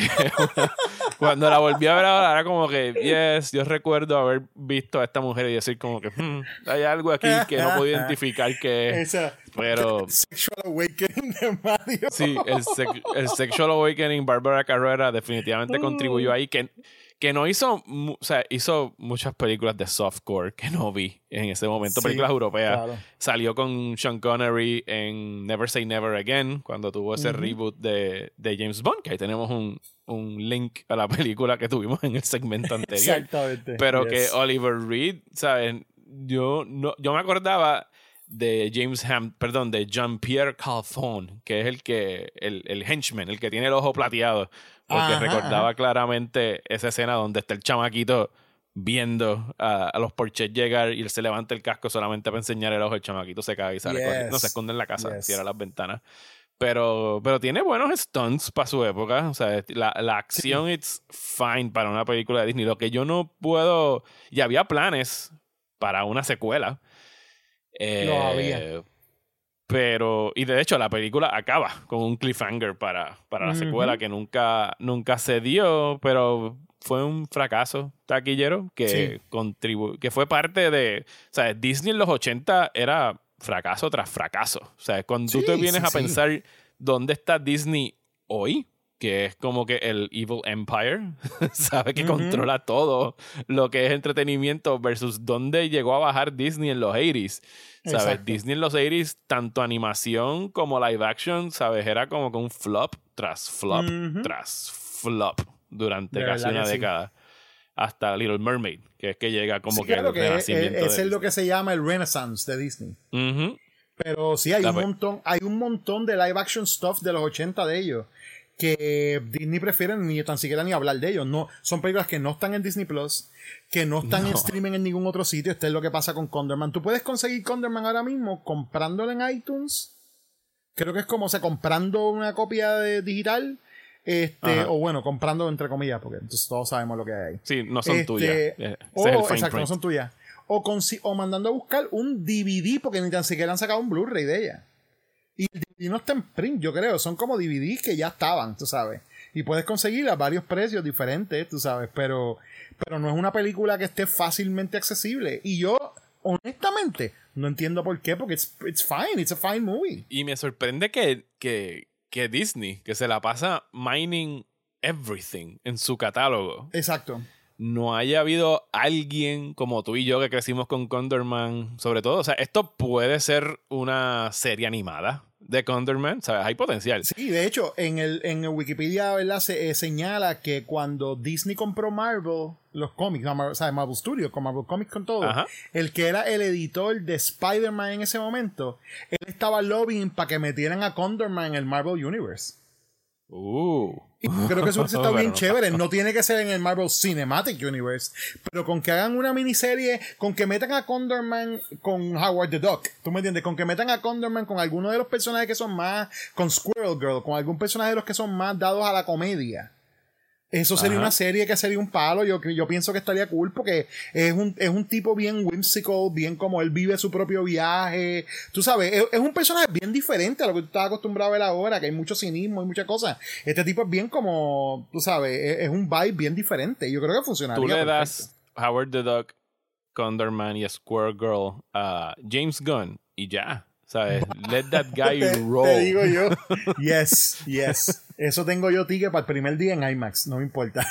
cuando la volví a ver ahora era como que, yes, yo recuerdo haber visto a esta mujer y decir como que hmm, hay algo aquí que no puedo identificar que es, Esa, pero Sexual Awakening de Mario. sí, el, sex, el Sexual Awakening, Barbara Carrera definitivamente contribuyó ahí, que que no hizo, o sea, hizo muchas películas de softcore que no vi en ese momento, Sí, películas europeas. claro. Salió con Sean Connery en Never Say Never Again, cuando tuvo ese Ujú. reboot de, de James Bond, que ahí tenemos un, un link a la película que tuvimos en el segmento anterior. Exactamente. Pero Yes. que Oliver Reed, ¿sabes? Yo, no, yo me acordaba de James Ham, perdón, de Jean-Pierre Calfon, que es el que, el, el henchman, el que tiene el ojo plateado, porque Ajá, recordaba ajá. claramente esa escena donde está el chamaquito viendo a, a los Porches llegar y él se levanta el casco solamente para enseñar el ojo, el chamaquito se cae y sale Yes. corriendo. No, se esconde en la casa, Yes. cierra las ventanas. Pero, pero tiene buenos stunts para su época. O sea, la, la acción it's fine para una película de Disney. Lo que yo no puedo... Y había planes para una secuela. Eh, Lo había. Pero... Y de hecho, la película acaba con un cliffhanger para, para la Ujú. secuela que nunca, nunca se dio, pero fue un fracaso taquillero que, Sí. contribu que fue parte de... O sea, Disney en los ochenta era fracaso tras fracaso. O sea, cuando tú Sí, te vienes sí, a sí. pensar dónde está Disney hoy, que es como que el Evil Empire, sabe que Ujú. controla todo lo que es entretenimiento versus dónde llegó a bajar Disney en los ochenta. ¿Sabes? Exacto. Disney en los ochenta, tanto animación como live action, ¿sabes? Era como que un flop tras flop Ujú. tras flop durante De casi verdad una que sí. década. Hasta Little Mermaid, que es que llega como Sí, que claro el que es, renacimiento es- de es lo que se llama el Renaissance de Disney. Ujú. Pero sí, hay La un pe- montón, hay un montón de live action stuff de los ochenta de ellos que Disney prefiere ni tan siquiera ni hablar de ellos. No, son películas que no están en Disney Plus, que no están en No. streaming en ningún otro sitio. Esto es lo que pasa con Condorman. Tú puedes conseguir Condorman ahora mismo comprándolo en iTunes. Creo que es como, o sea, comprando una copia de digital. Este, Ajá. o bueno, comprando entre comillas, porque entonces todos sabemos lo que hay. Sí, no son Este, tuyas. Eh, Ese o, es el fine exacto, no print. son tuyas. O, consi- o mandando a buscar un D V D, porque ni tan siquiera han sacado un Blu-ray de ella. Y el D V D no está en print, yo creo. Son como D V Ds que ya estaban, tú sabes. Y puedes conseguir a varios precios diferentes, tú sabes. Pero, pero no es una película que esté fácilmente accesible. Y yo, honestamente, no entiendo por qué, porque it's, it's fine, it's a fine movie. Y me sorprende que, que, que Disney, que se la pasa mining everything en su catálogo, Exacto. no haya habido alguien como tú y yo que crecimos con Condorman, sobre todo. O sea, esto puede ser una serie animada de Condorman, ¿sabes? Hay potencial. Sí, de hecho, en el, en el Wikipedia, ¿verdad? Se eh, señala que cuando Disney compró Marvel, los cómics, no, Marvel, o sea, Marvel Studios, con Marvel Comics con todo, Ajá. el que era el editor de Spider-Man en ese momento, él estaba lobbying para que metieran a Condorman en el Marvel Universe. Uh. Y creo que eso hubiese estado Pero bien no chévere. pasó. No tiene que ser en el Marvel Cinematic Universe, pero con que hagan una miniserie, con que metan a Condorman con Howard the Duck, ¿tú me entiendes? Con que metan a Condorman con alguno de los personajes que son más, con Squirrel Girl, con algún personaje de los que son más dados a la comedia. Eso sería Ajá. una serie que sería un palo. Yo, yo pienso que estaría cool porque es un, es un tipo bien whimsical, bien como él vive su propio viaje. Tú sabes, es, es un personaje bien diferente a lo que tú estás acostumbrado a ver ahora, que hay mucho cinismo y muchas cosas. Este tipo es bien como, tú sabes, es, es un vibe bien diferente. Yo creo que funcionaría. Tú le perfecto. das Howard the Duck, Condorman y Squirrel Girl a James Gunn y ya. ¿Sabes? Let that guy Te, roll. te digo yo, yes, yes. Eso tengo yo ticket para el primer día en IMAX, no me importa.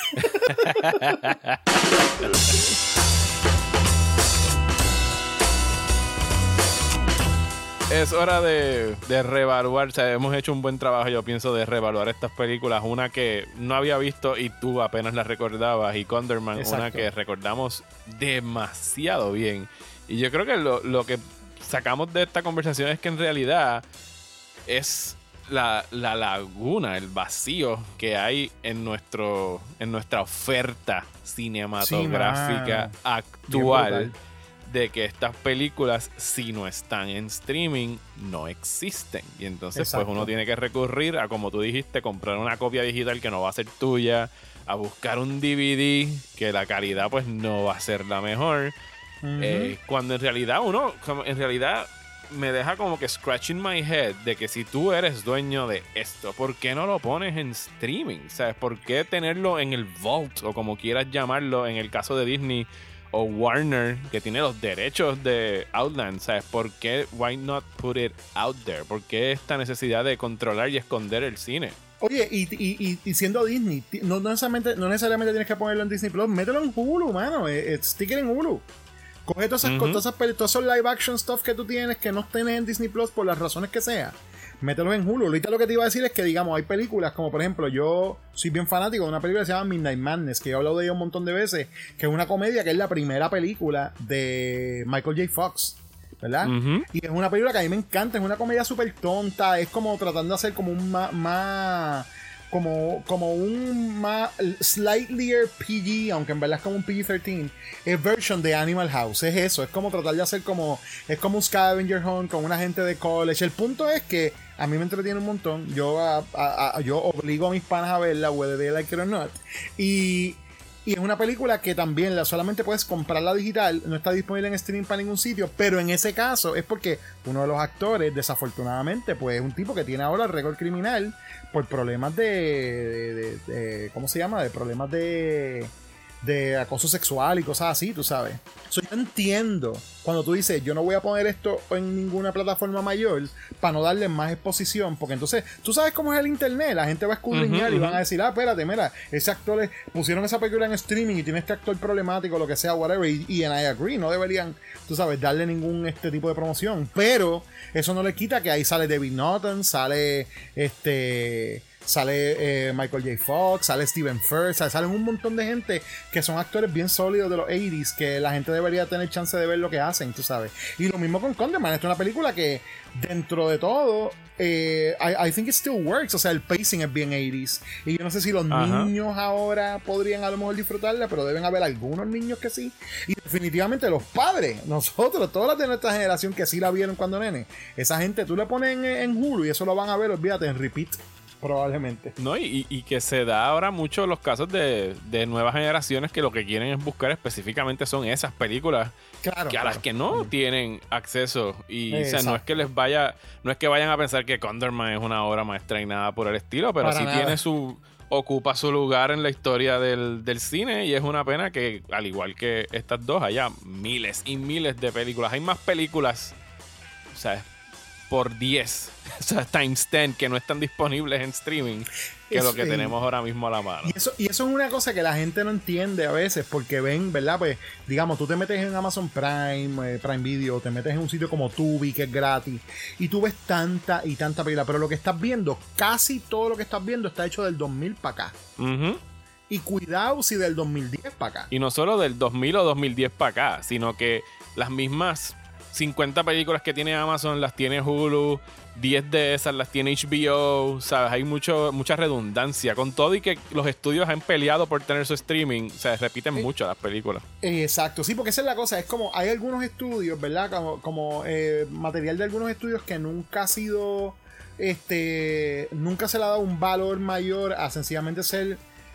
Es hora de, de reevaluar. O sea, hemos hecho un buen trabajo, yo pienso, de reevaluar estas películas. Una que no había visto y tú apenas la recordabas. Y Condorman, Exacto. una que recordamos demasiado bien. Y yo creo que lo, lo que sacamos de esta conversación es que en realidad es la, la laguna, el vacío que hay en, nuestro, en nuestra oferta cinematográfica Sí, actual. Bien brutal. De que estas películas, si no están en streaming, no existen. Y entonces, Exacto. pues uno tiene que recurrir a, como tú dijiste, comprar una copia digital que no va a ser tuya, a buscar un D V D que la calidad, pues, no va a ser la mejor. Ujú. Eh, cuando en realidad uno, como en realidad, me deja como que scratching my head de que si tú eres dueño de esto, ¿por qué no lo pones en streaming? ¿Sabes? ¿Por qué tenerlo en el vault o como quieras llamarlo en el caso de Disney o Warner, que tiene los derechos de Outland? ¿Sabes? ¿Por qué? Why not put it out there? ¿Por qué esta necesidad de controlar y esconder el cine? Oye, y, y, y siendo Disney, no, no, necesariamente, no necesariamente tienes que ponerlo en Disney Plus, mételo en Hulu, mano. Sticker en Hulu. Coge todas esas, uh-huh. todas esas, todos esos live action stuff que tú tienes que no tienes en Disney Plus por las razones que sea. Mételos en Hulu. Ahorita lo que te iba a decir es que, digamos, hay películas como, por ejemplo, yo soy bien fanático de una película que se llama Midnight Madness, que yo he hablado de ella un montón de veces, que es una comedia que es la primera película de Michael J. Fox, ¿verdad? Uh-huh. Y es una película que a mí me encanta, es una comedia súper tonta, es como tratando de hacer como un más... más como, como un más slightly P G, aunque en verdad es como un P G trece, es version de Animal House, es eso, es como tratar de hacer como, es como un scavenger hunt con una gente de college. El punto es que a mí me entretiene un montón, yo, a, a, a, yo obligo a mis panas a verla, whether they like it or not, y Y es una película que también la solamente puedes comprarla digital, no está disponible en streaming para ningún sitio, pero en ese caso es porque uno de los actores, desafortunadamente, pues es un tipo que tiene ahora récord criminal por problemas de, de, de, de ¿cómo se llama? De problemas de, de acoso sexual y cosas así, tú sabes. So, yo entiendo cuando tú dices, yo no voy a poner esto en ninguna plataforma mayor para no darle más exposición, porque entonces, tú sabes cómo es el internet, la gente va a escudriñar uh-huh, y van uh-huh. a decir, ah, espérate, mira, ese actor, pusieron esa película en streaming y tiene este actor problemático, lo que sea, whatever, y, y en I agree, no deberían, tú sabes, darle ningún este tipo de promoción, pero eso no le quita que ahí sale David Norton, sale este... sale eh, Michael J. Fox, sale Stephen Furst, sale, salen un montón de gente que son actores bien sólidos de los ochenta que la gente debería tener chance de ver lo que hacen, tú sabes. Y lo mismo con Condemned, es una película que dentro de todo eh, I, I think it still works, o sea, el pacing es bien ochenta y yo no sé si los Ajá. niños ahora podrían a lo mejor disfrutarla, pero deben haber algunos niños que sí, y definitivamente los padres, nosotros, todas las de nuestra generación que sí la vieron cuando nene, esa gente tú le pones en, en Hulu y eso lo van a ver, olvídate, en repeat. Probablemente. No, y, y que se da ahora mucho los casos de, de nuevas generaciones que lo que quieren es buscar específicamente son esas películas claro, que a claro. las que no tienen acceso. Y o sea, no es que les vaya, no es que vayan a pensar que Condorman es una obra maestra y nada por el estilo, pero Para sí nada. tiene su, ocupa su lugar en la historia del, del cine, y es una pena que, al igual que estas dos, haya miles y miles de películas. Hay más películas, o sea, por diez, o sea, times ten, que no están disponibles en streaming, que es, lo que eh, tenemos ahora mismo a la mano. Y eso, y eso es una cosa que la gente no entiende a veces, porque ven, ¿verdad? Pues, digamos, tú te metes en Amazon Prime, eh, Prime Video, te metes en un sitio como Tubi, que es gratis, y tú ves tanta y tanta película, pero lo que estás viendo, casi todo lo que estás viendo está hecho del dos mil para acá. Uh-huh. Y cuidado si del dos mil diez para acá. Y no solo del dos mil o dos mil diez para acá, sino que las mismas cincuenta películas que tiene Amazon las tiene Hulu, diez de esas las tiene H B O, ¿sabes? Hay mucho, mucha redundancia. Con todo y que los estudios han peleado por tener su streaming, o sea, repiten eh, mucho las películas. Exacto, sí, porque esa es la cosa. Es como, hay algunos estudios, ¿verdad? Como, como eh, material de algunos estudios que nunca ha sido, este, nunca se le ha dado un valor mayor a sencillamente ser,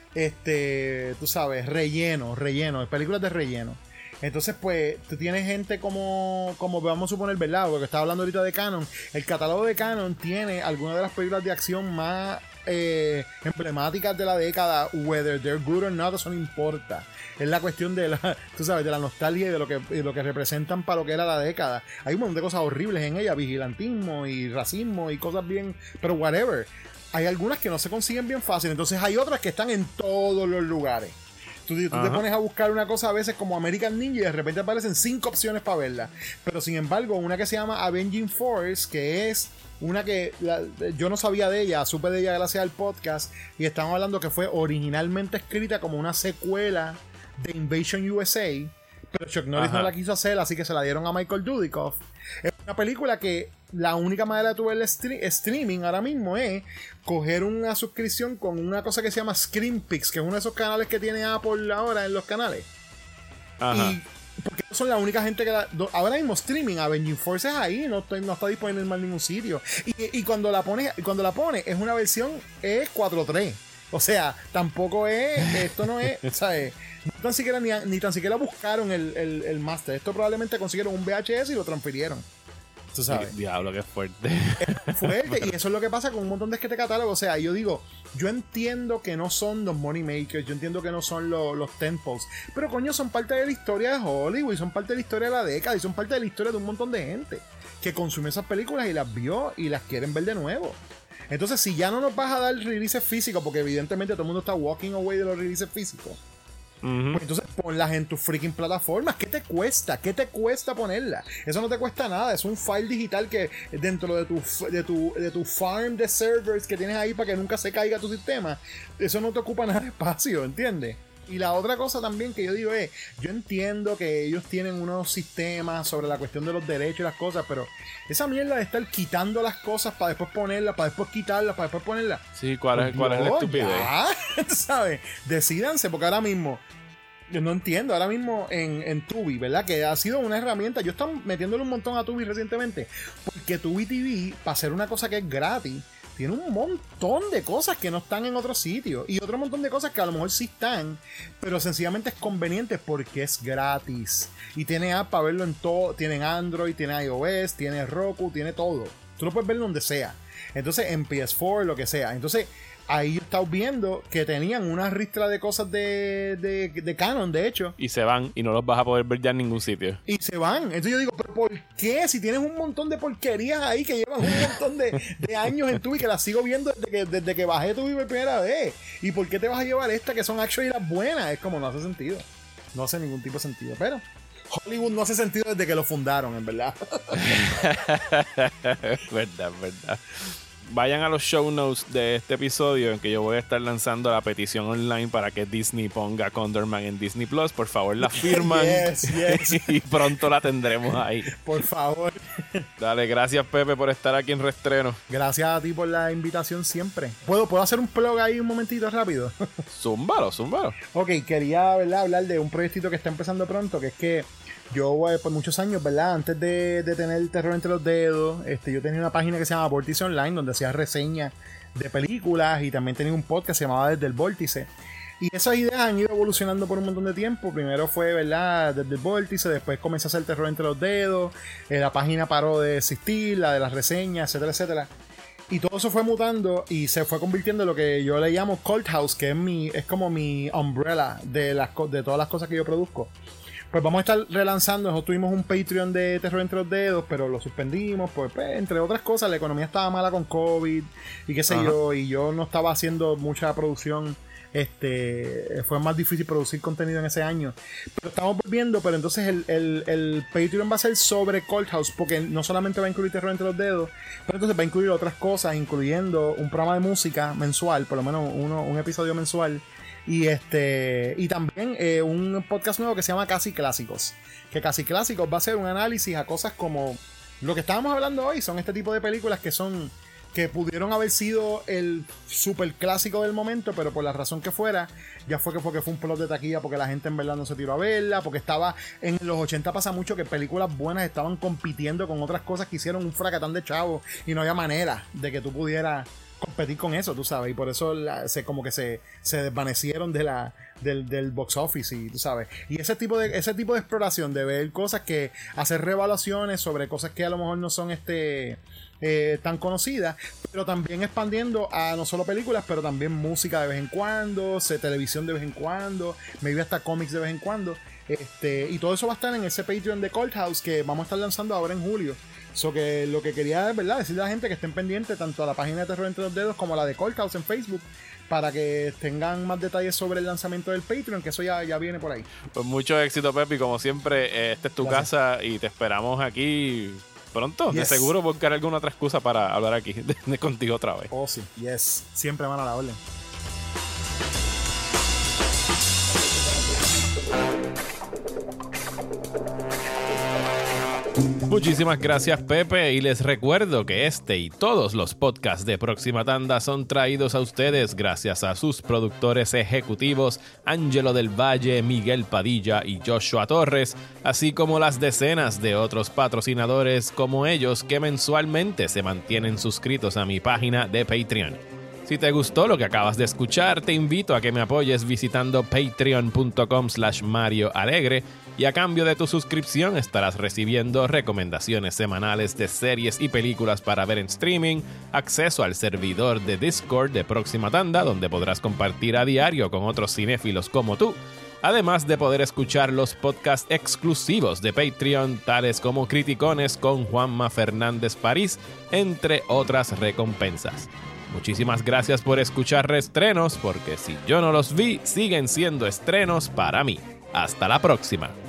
este, tú sabes, relleno, relleno, películas de relleno. Entonces, pues, tú tienes gente como, como vamos a suponer, ¿verdad? Porque estaba hablando ahorita de Canon. El catálogo de Canon tiene algunas de las películas de acción más eh, emblemáticas de la década. Whether they're good or not, eso no importa. Es la cuestión de la, tú sabes, de la nostalgia y de lo que, de lo que representan para lo que era la década. Hay un montón de cosas horribles en ella, vigilantismo y racismo y cosas bien, pero whatever. Hay algunas que no se consiguen bien fácil. Entonces hay otras que están en todos los lugares. Tú, tú te pones a buscar una cosa a veces como American Ninja y de repente aparecen cinco opciones para verla. Pero sin embargo, una que se llama Avenging Force, que es una que la, yo no sabía de ella, supe de ella gracias al podcast, y estamos hablando que fue originalmente escrita como una secuela de Invasion U S A, pero Chuck Norris Ajá. no la quiso hacer, así que se la dieron a Michael Dudikoff. Es una película que la única manera de tu ver el stre- streaming ahora mismo es coger una suscripción con una cosa que se llama ScreenPix, que es uno de esos canales que tiene Apple ahora en los canales. Ajá. Y porque son la única gente que la, ahora mismo streaming Avenging Force es ahí, no, no está disponible en más ningún sitio. Y, y cuando la pones, cuando la pones es una versión es cuatro tres. O sea, tampoco es, esto no es, ¿sabes? No tan siquiera ni, ni tan siquiera buscaron el, el, el master. Esto probablemente consiguieron un V H S y lo transfirieron. Tú sabes. Diablo, qué fuerte. Es fuerte. Y eso es lo que pasa con un montón de este catálogo. O sea, yo digo, yo entiendo que no son los money makers, yo entiendo que no son los, los tentpoles, pero coño, son parte de la historia de Hollywood, son parte de la historia de la década y son parte de la historia de un montón de gente que consumió esas películas y las vio y las quieren ver de nuevo. Entonces, si ya no nos vas a dar releases físicos, porque evidentemente todo el mundo está walking away de los releases físicos, uh-huh. pues entonces ponlas en tus freaking plataformas. ¿Qué te cuesta? ¿Qué te cuesta ponerlas? Eso no te cuesta nada. Es un file digital que dentro de tu, de tu, de tu farm de servers que tienes ahí para que nunca se caiga tu sistema, eso no te ocupa nada de espacio, ¿entiendes? Y la otra cosa también que yo digo es, yo entiendo que ellos tienen unos sistemas sobre la cuestión de los derechos y las cosas, pero esa mierda de estar quitando las cosas para después ponerlas, para después quitarlas, para después ponerlas. Sí, ¿cuál es, cuál es la estupidez? Ya, ¿sabes? Decídanse, porque ahora mismo, yo no entiendo, ahora mismo en, en Tubi, ¿verdad? Que ha sido una herramienta, yo estoy metiéndole un montón a Tubi recientemente, porque Tubi T V, para hacer una cosa que es gratis, tiene un montón de cosas que no están en otros sitios. Y otro montón de cosas que a lo mejor sí están, pero sencillamente es conveniente porque es gratis. Y tiene app para verlo en todo. Tiene Android, tiene iOS, tiene Roku, tiene todo. Tú lo puedes ver donde sea. Entonces en P S cuatro, lo que sea. Entonces ahí yo estaba viendo que tenían una ristra de cosas de, de, de Canon, de hecho. Y se van y no los vas a poder ver ya en ningún sitio. Y se van. Entonces yo digo, ¿pero por qué? Si tienes un montón de porquerías ahí que llevan un montón de, de años en Tubi, que las sigo viendo desde que, desde que bajé Tubi por primera vez. ¿Y por qué te vas a llevar esta que son actually las buenas? Es como no hace sentido. No hace ningún tipo de sentido. Pero Hollywood no hace sentido desde que lo fundaron, en verdad. verdad, verdad. Vayan a los show notes de este episodio en que yo voy a estar lanzando la petición online para que Disney ponga Condorman en Disney Plus. Por favor, la firman. Yes, yes. Y pronto la tendremos ahí. Por favor. Dale, gracias Pepe por estar aquí en Reestreno. Gracias a ti por la invitación siempre. ¿Puedo, ¿puedo hacer un plug ahí un momentito rápido? Zúmbalo, zúmbalo. Ok, quería, ¿verdad?, hablar de un proyectito que está empezando pronto, que es que yo, eh, por muchos años, ¿verdad? Antes de, de tener el terror entre los dedos, este, yo tenía una página que se llama Vórtice Online, donde hacía reseñas de películas y también tenía un podcast que se llamaba Desde el Vórtice. Y esas ideas han ido evolucionando por un montón de tiempo. Primero fue, ¿verdad?, Desde el Vórtice, después comencé a hacer el terror entre los dedos, eh, la página paró de existir, la de las reseñas, etcétera, etcétera. Y todo eso fue mutando y se fue convirtiendo en lo que yo le llamo Cult House, que es, mi, es como mi umbrella de, las, de todas las cosas que yo produzco. Pues vamos a estar relanzando. Nosotros tuvimos un Patreon de Terror entre los dedos, pero lo suspendimos, pues, pues entre otras cosas, la economía estaba mala con COVID y qué sé Ajá. yo, y yo no estaba haciendo mucha producción. Este fue más difícil producir contenido en ese año, pero estamos volviendo. Pero entonces el, el, el Patreon va a ser sobre Cult House, porque no solamente va a incluir Terror entre los dedos, pero entonces va a incluir otras cosas, incluyendo un programa de música mensual, por lo menos uno, un episodio mensual. Y este y también eh, un podcast nuevo que se llama Casi Clásicos. Que Casi Clásicos va a ser un análisis a cosas como lo que estábamos hablando hoy. Son este tipo de películas que son que pudieron haber sido el super clásico del momento, pero por la razón que fuera, ya fue que fue que fue un plot de taquilla porque la gente en verdad no se tiró a verla, porque estaba en los ochenta pasa mucho que películas buenas estaban compitiendo con otras cosas que hicieron un fracatán de chavos y no había manera de que tú pudieras competir con eso, tú sabes, y por eso la, se, como que se, se desvanecieron de la, del, del box office, y tú sabes, y ese tipo de ese tipo de exploración, de ver cosas que, hacer reevaluaciones sobre cosas que a lo mejor no son este eh, tan conocidas, pero también expandiendo a no solo películas, pero también música de vez en cuando, se, televisión de vez en cuando, maybe hasta cómics de vez en cuando. Este, y todo eso va a estar en ese Patreon de Cult House que vamos a estar lanzando ahora en julio. So que lo que quería, ¿verdad?, decirle a la gente que estén pendientes tanto a la página de Terror entre los dedos como a la de Cult House en Facebook, para que tengan más detalles sobre el lanzamiento del Patreon, que eso ya, ya viene por ahí. Pues mucho éxito, Pepe, y como siempre, eh, esta es tu Gracias. casa y te esperamos aquí pronto. Yes. De seguro buscar alguna otra excusa para hablar aquí de, de contigo otra vez. Oh, sí, yes, siempre van a la orden. Muchísimas gracias, Pepe, y les recuerdo que este y todos los podcasts de Próxima Tanda son traídos a ustedes gracias a sus productores ejecutivos Ángelo del Valle, Miguel Padilla y Joshua Torres, así como las decenas de otros patrocinadores como ellos que mensualmente se mantienen suscritos a mi página de Patreon. Si te gustó lo que acabas de escuchar, te invito a que me apoyes visitando patreon.com slash Mario Alegre y a cambio de tu suscripción estarás recibiendo recomendaciones semanales de series y películas para ver en streaming, acceso al servidor de Discord de Próxima Tanda, donde podrás compartir a diario con otros cinéfilos como tú, además de poder escuchar los podcasts exclusivos de Patreon, tales como Criticones con Juanma Fernández París, entre otras recompensas. Muchísimas gracias por escuchar Reestrenos, porque si yo no los vi, siguen siendo estrenos para mí. Hasta la próxima.